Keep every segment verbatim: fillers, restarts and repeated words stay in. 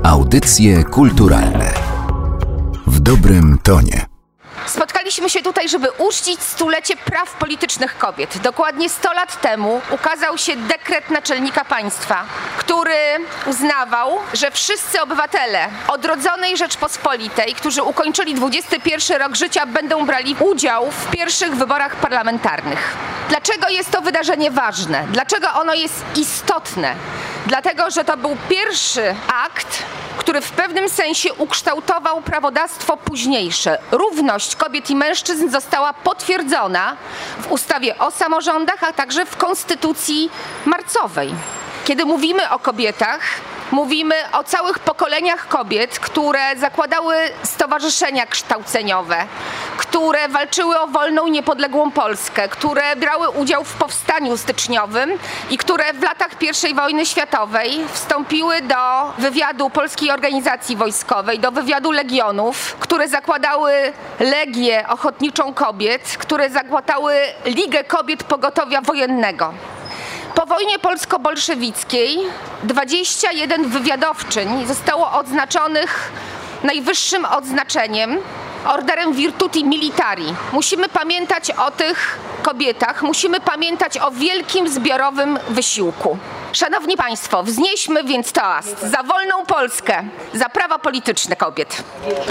Audycje kulturalne w dobrym tonie. Spotkaliśmy się tutaj, żeby uczcić stulecie praw politycznych kobiet. Dokładnie sto lat temu ukazał się dekret naczelnika państwa, który uznawał, że wszyscy obywatele odrodzonej Rzeczpospolitej, którzy ukończyli dwudziesty pierwszy rok życia, będą brali udział w pierwszych wyborach parlamentarnych. Dlaczego jest to wydarzenie ważne? Dlaczego ono jest istotne? Dlatego, że to był pierwszy akt, który w pewnym sensie ukształtował prawodawstwo późniejsze. Równość kobiet i mężczyzn została potwierdzona w ustawie o samorządach, a także w konstytucji marcowej. Kiedy mówimy o kobietach, mówimy o całych pokoleniach kobiet, które zakładały stowarzyszenia kształceniowe, które walczyły o wolną i niepodległą Polskę, które brały udział w powstaniu styczniowym i które w latach pierwszej wojny światowej wstąpiły do wywiadu Polskiej Organizacji Wojskowej, do wywiadu Legionów, które zakładały Legię Ochotniczą Kobiet, które zakładały Ligę Kobiet Pogotowia Wojennego. Po wojnie polsko-bolszewickiej dwadzieścia jeden wywiadowczyń zostało odznaczonych najwyższym odznaczeniem, Orderem Virtuti Militari. Musimy pamiętać o tych kobietach, musimy pamiętać o wielkim zbiorowym wysiłku. Szanowni Państwo, wznieśmy więc toast za wolną Polskę, za prawa polityczne kobiet.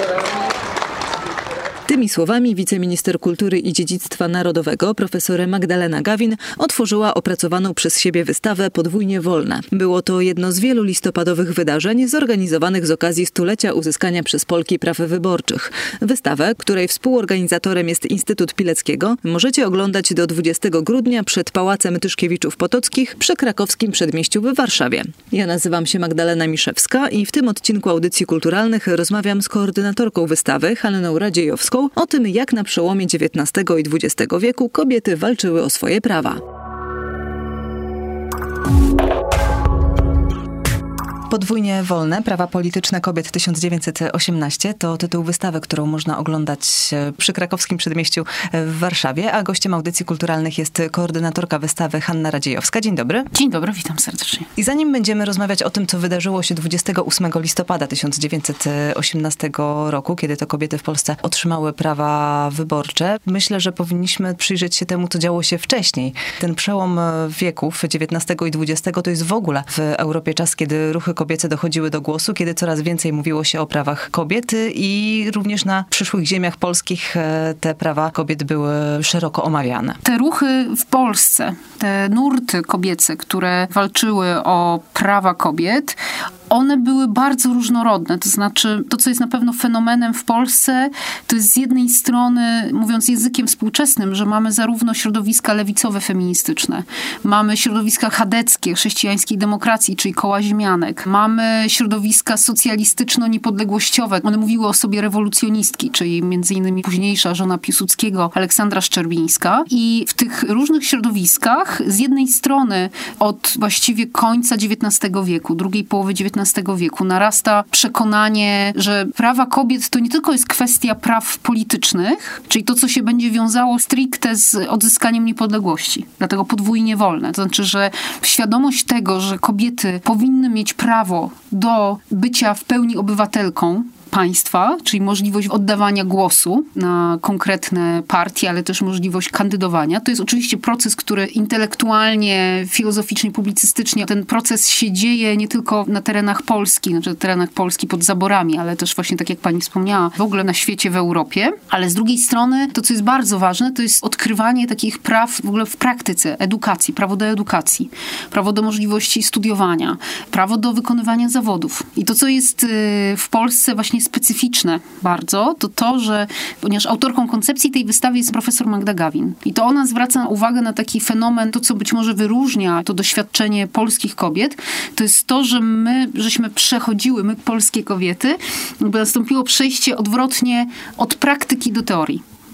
Tymi słowami wiceminister kultury i dziedzictwa narodowego profesor Magdalena Gawin otworzyła opracowaną przez siebie wystawę Podwójnie wolne. Było to jedno z wielu listopadowych wydarzeń zorganizowanych z okazji stulecia uzyskania przez Polki praw wyborczych. Wystawę, której współorganizatorem jest Instytut Pileckiego, możecie oglądać do dwudziestego grudnia przed Pałacem Tyszkiewiczów-Potockich przy krakowskim przedmieściu w Warszawie. Ja nazywam się Magdalena Miszewska i w tym odcinku Audycji Kulturalnych rozmawiam z koordynatorką wystawy Hanną Radziejowską o tym, jak na przełomie dziewiętnastego i dwudziestego wieku kobiety walczyły o swoje prawa. Podwójnie wolne. Prawa polityczne kobiet tysiąc dziewięćset osiemnaście to tytuł wystawy, którą można oglądać przy krakowskim przedmieściu w Warszawie, a gościem audycji kulturalnych jest koordynatorka wystawy Hanna Radziejowska. Dzień dobry. Dzień dobry, witam serdecznie. I zanim będziemy rozmawiać o tym, co wydarzyło się dwudziestego ósmego listopada tysiąc dziewięćset osiemnastego roku, kiedy to kobiety w Polsce otrzymały prawa wyborcze, myślę, że powinniśmy przyjrzeć się temu, co działo się wcześniej. Ten przełom wieków dziewiętnastego i dwudziestego to jest w ogóle w Europie czas, kiedy ruchy kobiece dochodziły do głosu, kiedy coraz więcej mówiło się o prawach kobiet i również na przyszłych ziemiach polskich te prawa kobiet były szeroko omawiane. Te ruchy w Polsce, te nurty kobiece, które walczyły o prawa kobiet, one były bardzo różnorodne. To znaczy, to co jest na pewno fenomenem w Polsce, to jest z jednej strony, mówiąc językiem współczesnym, że mamy zarówno środowiska lewicowe, feministyczne, mamy środowiska chadeckie, chrześcijańskiej demokracji, czyli koła ziemianek, mamy środowiska socjalistyczno-niepodległościowe. One mówiły o sobie rewolucjonistki, czyli między innymi późniejsza żona Piłsudskiego, Aleksandra Szczerbińska. I w tych różnych środowiskach z jednej strony od właściwie końca dziewiętnastego wieku, drugiej połowy dziewiętnastego wieku narasta przekonanie, że prawa kobiet to nie tylko jest kwestia praw politycznych, czyli to, co się będzie wiązało stricte z odzyskaniem niepodległości. Dlatego podwójnie wolne. To znaczy, że świadomość tego, że kobiety powinny mieć prawo do bycia w pełni obywatelką państwa, czyli możliwość oddawania głosu na konkretne partie, ale też możliwość kandydowania. To jest oczywiście proces, który intelektualnie, filozoficznie, publicystycznie, ten proces się dzieje nie tylko na terenach Polski, znaczy na terenach Polski pod zaborami, ale też właśnie, tak jak pani wspomniała, w ogóle na świecie, w Europie. Ale z drugiej strony, to co jest bardzo ważne, to jest odkrywanie takich praw w ogóle w praktyce, edukacji, prawo do edukacji, prawo do możliwości studiowania, prawo do wykonywania zawodów. I to, co jest w Polsce właśnie specyficzne bardzo, to to, że ponieważ autorką koncepcji tej wystawy jest profesor Magda Gawin. I to ona zwraca uwagę na taki fenomen, to co być może wyróżnia to doświadczenie polskich kobiet, to jest to, że my, żeśmy przechodziły, my polskie kobiety, jakby nastąpiło przejście odwrotnie od praktyki do teorii.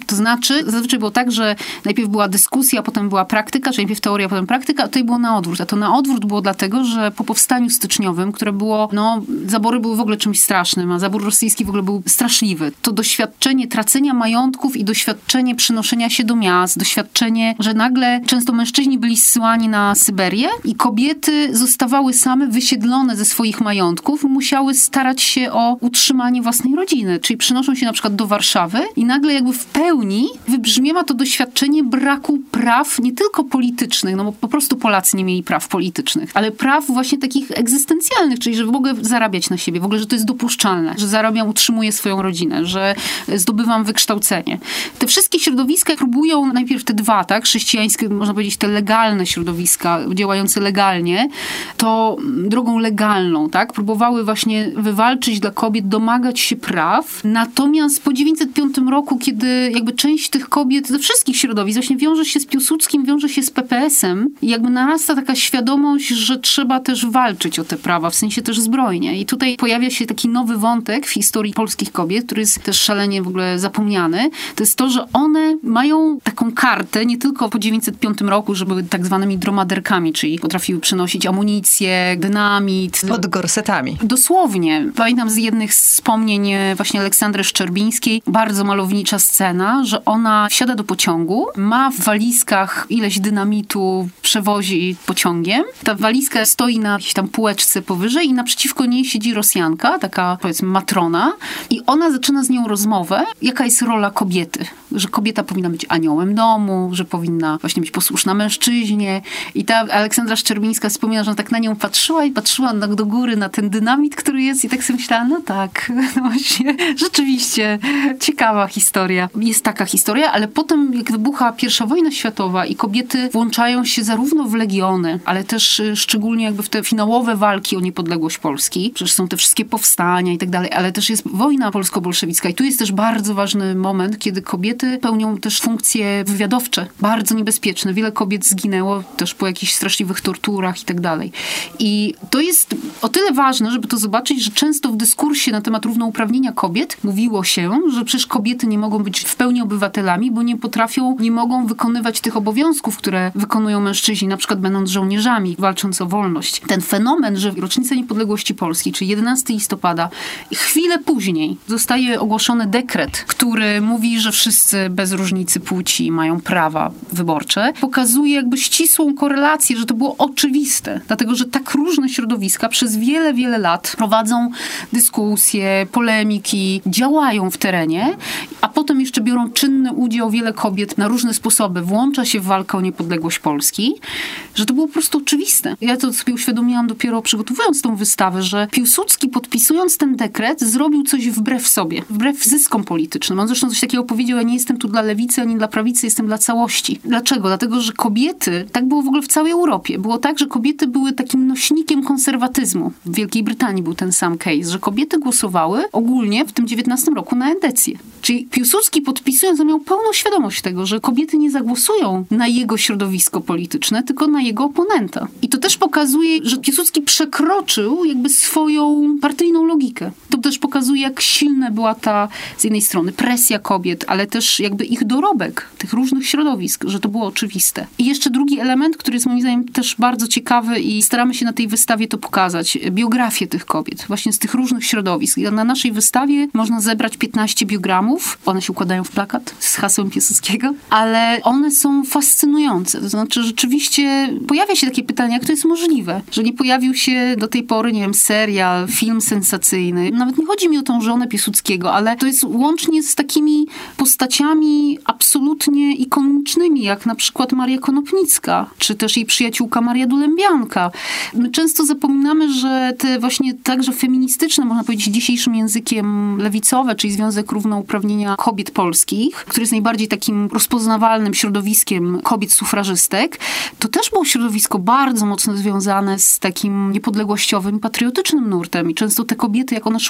To znaczy, zazwyczaj było tak, że najpierw była dyskusja, potem była praktyka, czyli najpierw teoria, potem praktyka, a tutaj było na odwrót. A to na odwrót było dlatego, że po powstaniu styczniowym, które było, no, zabory były w ogóle czymś strasznym, a zabór rosyjski w ogóle był straszliwy. To doświadczenie tracenia majątków i doświadczenie przynoszenia się do miast, doświadczenie, że nagle często mężczyźni byli zsyłani na Syberię i kobiety zostawały same wysiedlone ze swoich majątków, musiały starać się o utrzymanie własnej rodziny. Czyli przynoszą się na przykład do Warszawy i nagle jakby w pełni wybrzmiewa to doświadczenie braku praw nie tylko politycznych, no bo po prostu Polacy nie mieli praw politycznych, ale praw właśnie takich egzystencjalnych, czyli że mogę zarabiać na siebie, w ogóle, że to jest dopuszczalne, że zarabiam, utrzymuję swoją rodzinę, że zdobywam wykształcenie. Te wszystkie środowiska próbują, najpierw te dwa, tak, chrześcijańskie, można powiedzieć, te legalne środowiska, działające legalnie, to drogą legalną, tak, próbowały właśnie wywalczyć dla kobiet, domagać się praw. Natomiast po dziewięćset piątym roku, kiedy jakby część tych kobiet ze wszystkich środowisk właśnie wiąże się z Piłsudskim, wiąże się z P P S-em i jakby narasta taka świadomość, że trzeba też walczyć o te prawa, w sensie też zbrojnie. I tutaj pojawia się taki nowy wątek w historii polskich kobiet, który jest też szalenie w ogóle zapomniany. To jest to, że one mają taką kartę, nie tylko po dziewięćset piątym roku, że były tak zwanymi dromaderkami, czyli potrafiły przynosić amunicję, dynamit. Pod gorsetami. Dosłownie. Pamiętam z jednych wspomnień właśnie Aleksandry Szczerbińskiej, bardzo malownicza scena, że ona wsiada do pociągu, ma w walizkach ileś dynamitu, przewozi pociągiem. Ta walizka stoi na jakiejś tam półeczce powyżej i naprzeciwko niej siedzi Rosjanka, taka powiedzmy matrona i ona zaczyna z nią rozmowę, jaka jest rola kobiety. Że kobieta powinna być aniołem domu, że powinna właśnie być posłuszna mężczyźnie. I ta Aleksandra Szczerbińska wspomina, że ona tak na nią patrzyła i patrzyła do góry na ten dynamit, który jest i tak sobie myślała, no tak, no właśnie, rzeczywiście ciekawa historia. Jest taka historia, ale potem jak wybucha pierwsza wojna światowa i kobiety włączają się zarówno w legiony, ale też szczególnie jakby w te finałowe walki o niepodległość Polski. Przecież są te wszystkie powstania i tak dalej, ale też jest wojna polsko-bolszewicka i tu jest też bardzo ważny moment, kiedy kobiety pełnią też funkcje wywiadowcze, bardzo niebezpieczne. Wiele kobiet zginęło też po jakichś straszliwych torturach i tak dalej. I to jest o tyle ważne, żeby to zobaczyć, że często w dyskursie na temat równouprawnienia kobiet mówiło się, że przecież kobiety nie mogą być w pełni obywatelami, bo nie potrafią, nie mogą wykonywać tych obowiązków, które wykonują mężczyźni, na przykład będąc żołnierzami, walcząc o wolność. Ten fenomen, że rocznica niepodległości Polski, czyli jedenastego listopada, chwilę później zostaje ogłoszony dekret, który mówi, że wszyscy bez różnicy płci mają prawa wyborcze, pokazuje jakby ścisłą korelację, że to było oczywiste, dlatego, że tak różne środowiska przez wiele, wiele lat prowadzą dyskusje, polemiki, działają w terenie, a potem jeszcze biorą czynny udział wiele kobiet na różne sposoby, włącza się w walkę o niepodległość Polski, że to było po prostu oczywiste. Ja to sobie uświadomiłam dopiero przygotowując tą wystawę, że Piłsudski podpisując ten dekret zrobił coś wbrew sobie, wbrew zyskom politycznym. On zresztą coś takiego powiedział, ja nie jestem tu dla lewicy, ani dla prawicy, jestem dla całości. Dlaczego? Dlatego, że kobiety, tak było w ogóle w całej Europie, było tak, że kobiety były takim nośnikiem konserwatyzmu. W Wielkiej Brytanii był ten sam case, że kobiety głosowały ogólnie w tym dziewiętnastym roku na endecję. Czyli Piłsudski podpisując, miał pełną świadomość tego, że kobiety nie zagłosują na jego środowisko polityczne, tylko na jego oponenta. I to też pokazuje, że Piłsudski przekroczył jakby swoją partyjną logikę. To też pokazuje, jak silna była ta z jednej strony presja kobiet, ale też jakby ich dorobek tych różnych środowisk, że to było oczywiste. I jeszcze drugi element, który jest moim zdaniem też bardzo ciekawy i staramy się na tej wystawie to pokazać. Biografię tych kobiet, właśnie z tych różnych środowisk. Na naszej wystawie można zebrać piętnaście biogramów. One się układają w plakat z hasłem Piłsudskiego, ale one są fascynujące. To znaczy rzeczywiście pojawia się takie pytanie, jak to jest możliwe, że nie pojawił się do tej pory, nie wiem, serial, film sensacyjny. Nawet nie chodzi mi o tą żonę Piłsudskiego, ale to jest łącznie z takimi postaciami absolutnie ikonicznymi, jak na przykład Maria Konopnicka, czy też jej przyjaciółka Maria Dulębianka. My często zapominamy, że te właśnie także feministyczne, można powiedzieć dzisiejszym językiem lewicowe, czyli Związek Równouprawnienia Kobiet Polskich, który jest najbardziej takim rozpoznawalnym środowiskiem kobiet sufrażystek, to też było środowisko bardzo mocno związane z takim niepodległościowym, patriotycznym nurtem i często te kobiety, jak one szły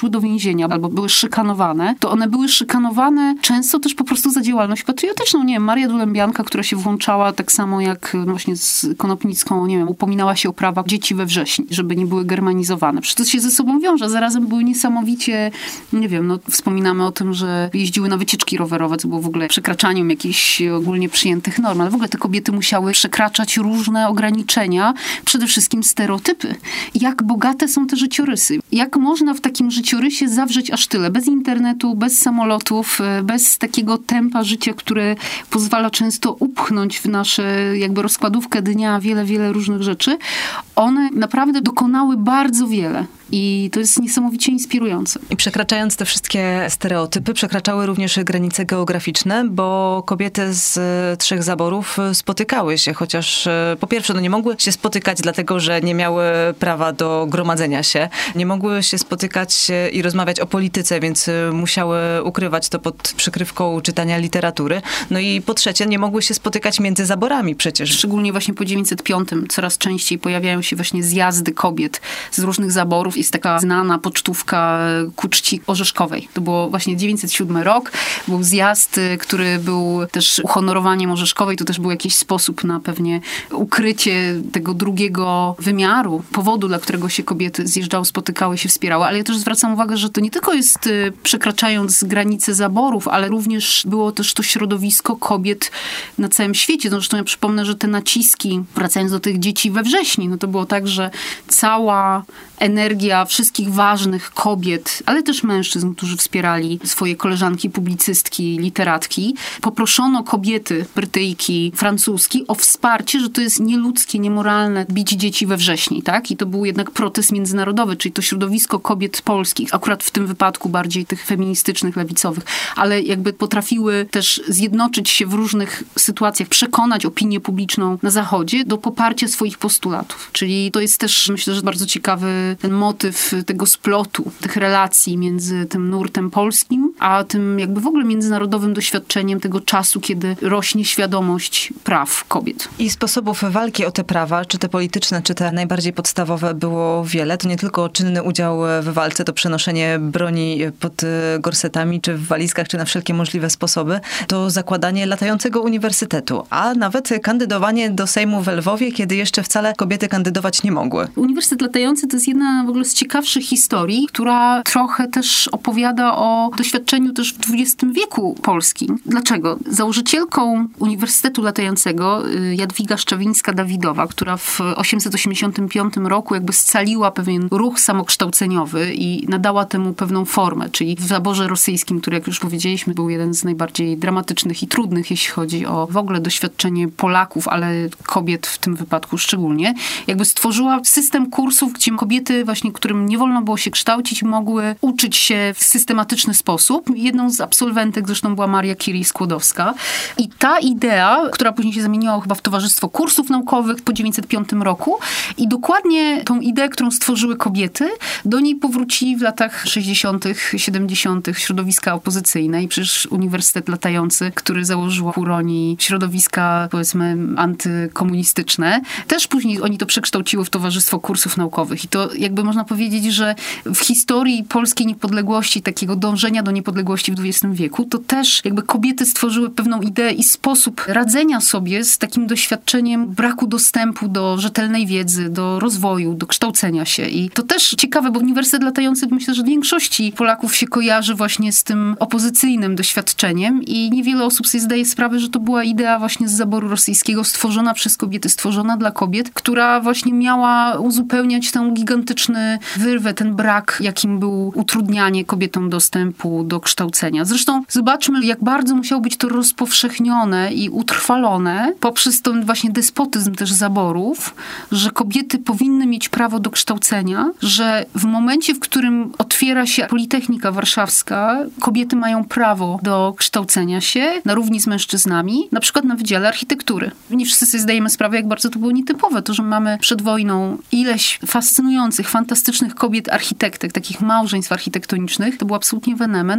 poszły do więzienia albo były szykanowane, to one były szykanowane często też po prostu za działalność patriotyczną. Nie wiem, Maria Dulębianka, która się włączała tak samo jak no właśnie z Konopnicką, nie wiem, upominała się o prawa dzieci we wrześni, żeby nie były germanizowane. Przecież to się ze sobą wiąże. Zarazem były niesamowicie, nie wiem, no wspominamy o tym, że jeździły na wycieczki rowerowe, co było w ogóle przekraczaniem jakichś ogólnie przyjętych norm, ale w ogóle te kobiety musiały przekraczać różne ograniczenia, przede wszystkim stereotypy. Jak bogate są te życiorysy. Jak można w takim życiorysie zawrzeć aż tyle? Bez internetu, bez samolotów, bez takiego tempa życia, które pozwala często upchnąć w nasze jakby rozkładówkę dnia wiele, wiele różnych rzeczy. One naprawdę dokonały bardzo wiele. I to jest niesamowicie inspirujące. I przekraczając te wszystkie stereotypy, przekraczały również granice geograficzne, bo kobiety z trzech zaborów spotykały się, chociaż po pierwsze no nie mogły się spotykać dlatego, że nie miały prawa do gromadzenia się. Nie mogły się spotykać i rozmawiać o polityce, więc musiały ukrywać to pod przykrywką czytania literatury. No i po trzecie nie mogły się spotykać między zaborami przecież. Szczególnie właśnie po dziewięćset piątym coraz częściej pojawiają się właśnie zjazdy kobiet z różnych zaborów. Jest taka znana pocztówka ku czci Orzeszkowej. To było właśnie dziewięćset siódmy rok. Był zjazd, który był też uhonorowaniem Orzeszkowej. To też był jakiś sposób na pewnie ukrycie tego drugiego wymiaru, powodu, dla którego się kobiety zjeżdżały, spotykały się, wspierały. Ale ja też zwracam uwagę, że to nie tylko jest przekraczając granice zaborów, ale również było też to środowisko kobiet na całym świecie. No zresztą ja przypomnę, że te naciski, wracając do tych dzieci we wrześni, no to było tak, że cała energia wszystkich ważnych kobiet, ale też mężczyzn, którzy wspierali swoje koleżanki, publicystki, literatki. Poproszono kobiety, Brytyjki, Francuzki o wsparcie, że to jest nieludzkie, niemoralne bić dzieci we wrześni, tak? I to był jednak protest międzynarodowy, czyli to środowisko kobiet polskich, akurat w tym wypadku bardziej tych feministycznych, lewicowych, ale jakby potrafiły też zjednoczyć się w różnych sytuacjach, przekonać opinię publiczną na Zachodzie do poparcia swoich postulatów. Czyli to jest też, myślę, że bardzo ciekawy ten motyw tego splotu, tych relacji między tym nurtem polskim, a tym jakby w ogóle międzynarodowym doświadczeniem tego czasu, kiedy rośnie świadomość praw kobiet. I sposobów walki o te prawa, czy te polityczne, czy te najbardziej podstawowe, było wiele. To nie tylko czynny udział w walce, to przenoszenie broni pod gorsetami, czy w walizkach, czy na wszelkie możliwe sposoby. To zakładanie latającego uniwersytetu, a nawet kandydowanie do Sejmu w Lwowie, kiedy jeszcze wcale kobiety kandydować nie mogły. Uniwersytet latający to jest jedna w ogóle z ciekawszych historii, która trochę też opowiada o doświadczeniu też w dwudziestym wieku polskim. Dlaczego? Założycielką Uniwersytetu Latającego Jadwiga Szczawińska-Dawidowa, która w osiemset osiemdziesiątym piątym roku jakby scaliła pewien ruch samokształceniowy i nadała temu pewną formę, czyli w zaborze rosyjskim, który jak już powiedzieliśmy był jeden z najbardziej dramatycznych i trudnych, jeśli chodzi o w ogóle doświadczenie Polaków, ale kobiet w tym wypadku szczególnie, jakby stworzyła system kursów, gdzie kobiety właśnie, którym nie wolno było się kształcić, mogły uczyć się w systematyczny sposób. Jedną z absolwentek zresztą była Maria Curie-Skłodowska. I ta idea, która później się zamieniła chyba w Towarzystwo Kursów Naukowych po dziewięćset piątym roku i dokładnie tą ideę, którą stworzyły kobiety, do niej powrócili w latach sześćdziesiątych, siedemdziesiątych środowiska opozycyjne i przecież Uniwersytet Latający, który założyło ku roni środowiska, powiedzmy, antykomunistyczne. Też później oni to przekształciły w Towarzystwo Kursów Naukowych. I to jakby można powiedzieć, że w historii polskiej niepodległości, takiego dążenia do niepodległości w dwudziestym wieku, to też jakby kobiety stworzyły pewną ideę i sposób radzenia sobie z takim doświadczeniem braku dostępu do rzetelnej wiedzy, do rozwoju, do kształcenia się. I to też ciekawe, bo Uniwersytet Latający, myślę, że większości Polaków się kojarzy właśnie z tym opozycyjnym doświadczeniem i niewiele osób sobie zdaje sprawę, że to była idea właśnie z zaboru rosyjskiego, stworzona przez kobiety, stworzona dla kobiet, która właśnie miała uzupełniać tę gigantyczny wyrwę, ten brak, jakim był utrudnianie kobietom dostępu do kształcenia. Zresztą zobaczmy, jak bardzo musiało być to rozpowszechnione i utrwalone poprzez ten właśnie despotyzm też zaborów, że kobiety powinny mieć prawo do kształcenia, że w momencie, w którym otwiera się Politechnika Warszawska, kobiety mają prawo do kształcenia się na równi z mężczyznami, na przykład na Wydziale Architektury. Nie wszyscy sobie zdajemy sprawę, jak bardzo to było nietypowe. To, że mamy przed wojną ileś fascynujących, fantastycznych kobiet architektek, takich małżeństw architektonicznych, to był absolutnie ewenement,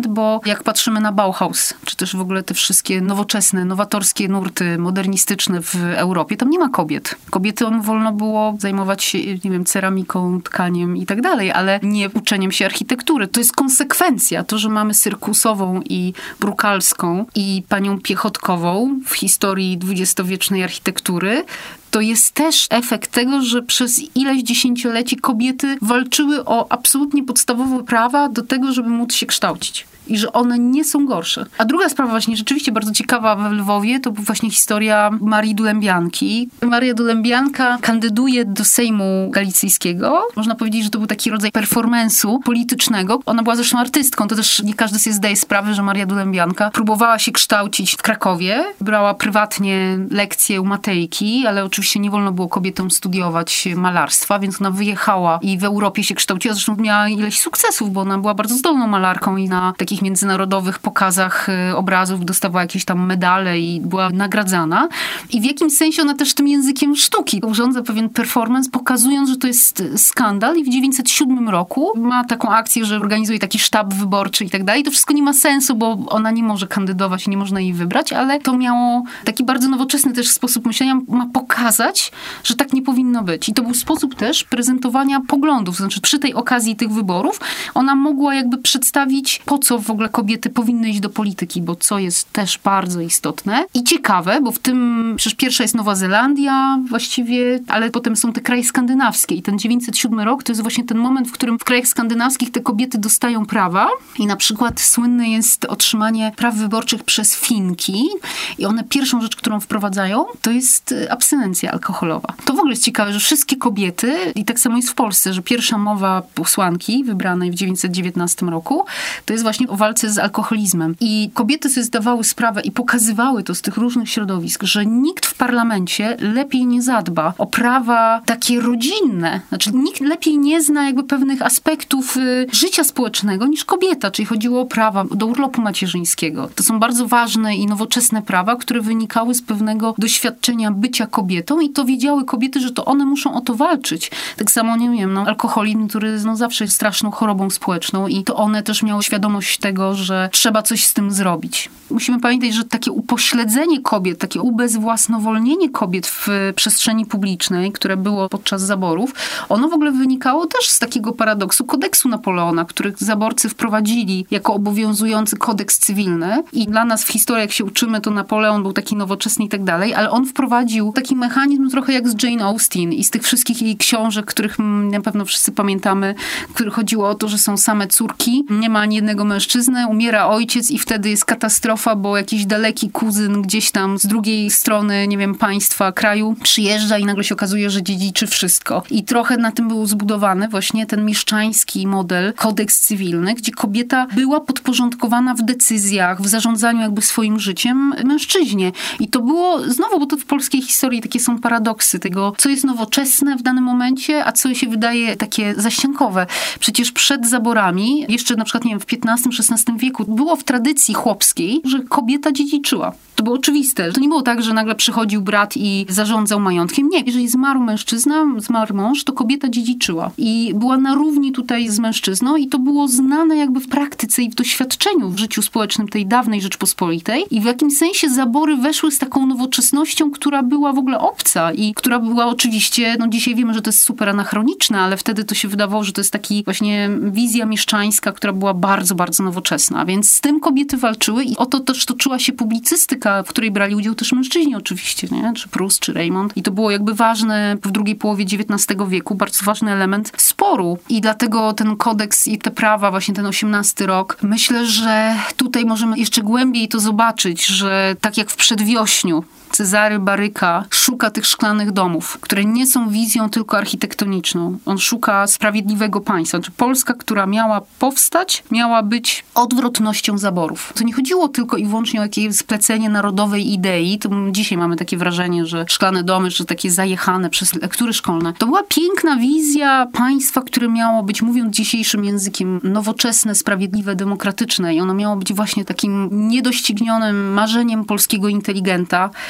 bo jak patrzymy na Bauhaus, czy też w ogóle te wszystkie nowoczesne, nowatorskie nurty modernistyczne w Europie, tam nie ma kobiet. Kobietom wolno było zajmować się, nie wiem, ceramiką, tkaniem i tak dalej, ale nie uczeniem się architektury. To jest konsekwencja. To, że mamy Cyrkusową i Brukalską i panią Piechotkową w historii dwudziestowiecznej architektury, to jest też efekt tego, że przez ileś dziesięcioleci kobiety walczyły o absolutnie podstawowe prawa do tego, żeby móc się kształcić. I że one nie są gorsze. A druga sprawa właśnie rzeczywiście bardzo ciekawa we Lwowie, to właśnie historia Marii Dulębianki. Maria Dulębianka kandyduje do Sejmu Galicyjskiego. Można powiedzieć, że to był taki rodzaj performance'u politycznego. Ona była zresztą artystką. To też nie każdy sobie zdaje sprawę, że Maria Dulębianka próbowała się kształcić w Krakowie. Brała prywatnie lekcje u Matejki, ale oczywiście nie wolno było kobietom studiować malarstwa, więc ona wyjechała i w Europie się kształciła. Zresztą miała ileś sukcesów, bo ona była bardzo zdolną malarką i na takich międzynarodowych pokazach obrazów dostawała jakieś tam medale i była nagradzana. I w jakimś sensie ona też tym językiem sztuki urządza pewien performance, pokazując, że to jest skandal. I w dziewięćset siódmym roku ma taką akcję, że organizuje taki sztab wyborczy i tak dalej. To wszystko nie ma sensu, bo ona nie może kandydować i nie można jej wybrać, ale to miało taki bardzo nowoczesny też sposób myślenia, ma pokazać, że tak nie powinno być. I to był sposób też prezentowania poglądów. Znaczy przy tej okazji tych wyborów ona mogła jakby przedstawić, po co w ogóle kobiety powinny iść do polityki, bo co jest też bardzo istotne i ciekawe, bo w tym przecież pierwsza jest Nowa Zelandia właściwie, ale potem są te kraje skandynawskie i ten dziewięćset siódmy rok to jest właśnie ten moment, w którym w krajach skandynawskich te kobiety dostają prawa i na przykład słynne jest otrzymanie praw wyborczych przez Finki i one pierwszą rzecz, którą wprowadzają, to jest abstynencja alkoholowa. To w ogóle jest ciekawe, że wszystkie kobiety i tak samo jest w Polsce, że pierwsza mowa posłanki wybranej w dziewięćset dziewiętnastym roku to jest właśnie o walce z alkoholizmem. I kobiety sobie zdawały sprawę i pokazywały to z tych różnych środowisk, że nikt w parlamencie lepiej nie zadba o prawa takie rodzinne. Znaczy nikt lepiej nie zna jakby pewnych aspektów y, życia społecznego niż kobieta, czyli chodziło o prawa do urlopu macierzyńskiego. To są bardzo ważne i nowoczesne prawa, które wynikały z pewnego doświadczenia bycia kobietą i to wiedziały kobiety, że to one muszą o to walczyć. Tak samo, nie wiem, no, alkoholizm, który no, zawsze jest straszną chorobą społeczną i to one też miały świadomość tego, że trzeba coś z tym zrobić. Musimy pamiętać, że takie upośledzenie kobiet, takie ubezwłasnowolnienie kobiet w przestrzeni publicznej, które było podczas zaborów, ono w ogóle wynikało też z takiego paradoksu kodeksu Napoleona, który zaborcy wprowadzili jako obowiązujący kodeks cywilny i dla nas w historii, jak się uczymy, to Napoleon był taki nowoczesny i tak dalej, ale on wprowadził taki mechanizm trochę jak z Jane Austen i z tych wszystkich jej książek, których na pewno wszyscy pamiętamy, które chodziło o to, że są same córki, nie ma ani jednego mężczyzny, umiera ojciec i wtedy jest katastrofa, bo jakiś daleki kuzyn gdzieś tam z drugiej strony, nie wiem, państwa, kraju przyjeżdża i nagle się okazuje, że dziedziczy wszystko. I trochę na tym był zbudowany właśnie ten mieszczański model, kodeks cywilny, gdzie kobieta była podporządkowana w decyzjach, w zarządzaniu jakby swoim życiem mężczyźnie. I to było, znowu, bo to w polskiej historii takie są paradoksy tego, co jest nowoczesne w danym momencie, a co się wydaje takie zaściankowe. Przecież przed zaborami, jeszcze na przykład, nie wiem, w piętnastym szesnastym wieku było w tradycji chłopskiej, że kobieta dziedziczyła. To było oczywiste. To nie było tak, że nagle przychodził brat i zarządzał majątkiem. Nie. Jeżeli zmarł mężczyzna, zmarł mąż, to kobieta dziedziczyła. I była na równi tutaj z mężczyzną i to było znane jakby w praktyce i w doświadczeniu w życiu społecznym tej dawnej Rzeczpospolitej. I w jakimś sensie zabory weszły z taką nowoczesnością, która była w ogóle obca i która była oczywiście, no dzisiaj wiemy, że to jest super anachroniczne, ale wtedy to się wydawało, że to jest taki właśnie wizja mieszczańska, która była bardzo, bardzo nowoczesna. Więc z tym kobiety walczyły i o to też toczyła się publicystyka, w której brali udział też mężczyźni oczywiście, nie? Czy Proust, czy Raymond. I to było jakby ważne w drugiej połowie dziewiętnastego wieku, bardzo ważny element sporu. I dlatego ten kodeks i te prawa, właśnie ten osiemnasty rok, myślę, że tutaj możemy jeszcze głębiej to zobaczyć, że tak jak w Przedwiośniu Cezary Baryka szuka tych szklanych domów, które nie są wizją tylko architektoniczną. On szuka sprawiedliwego państwa. Znaczy Polska, która miała powstać, miała być odwrotnością zaborów. To nie chodziło tylko i wyłącznie o jakieś splecenie narodowej idei. To dzisiaj mamy takie wrażenie, że szklane domy, że takie zajechane przez lektury szkolne. To była piękna wizja państwa, które miało być, mówiąc dzisiejszym językiem, nowoczesne, sprawiedliwe, demokratyczne. I ono miało być właśnie takim niedoścignionym marzeniem polskiego inteligenta,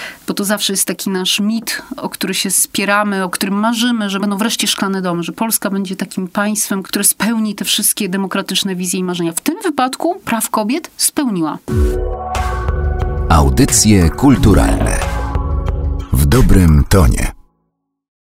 bo to zawsze jest taki nasz mit, o który się spieramy, o którym marzymy, że będą wreszcie szklane domy, że Polska będzie takim państwem, które spełni te wszystkie demokratyczne wizje i marzenia. W tym wypadku praw kobiet spełniła. Audycje kulturalne w dobrym tonie.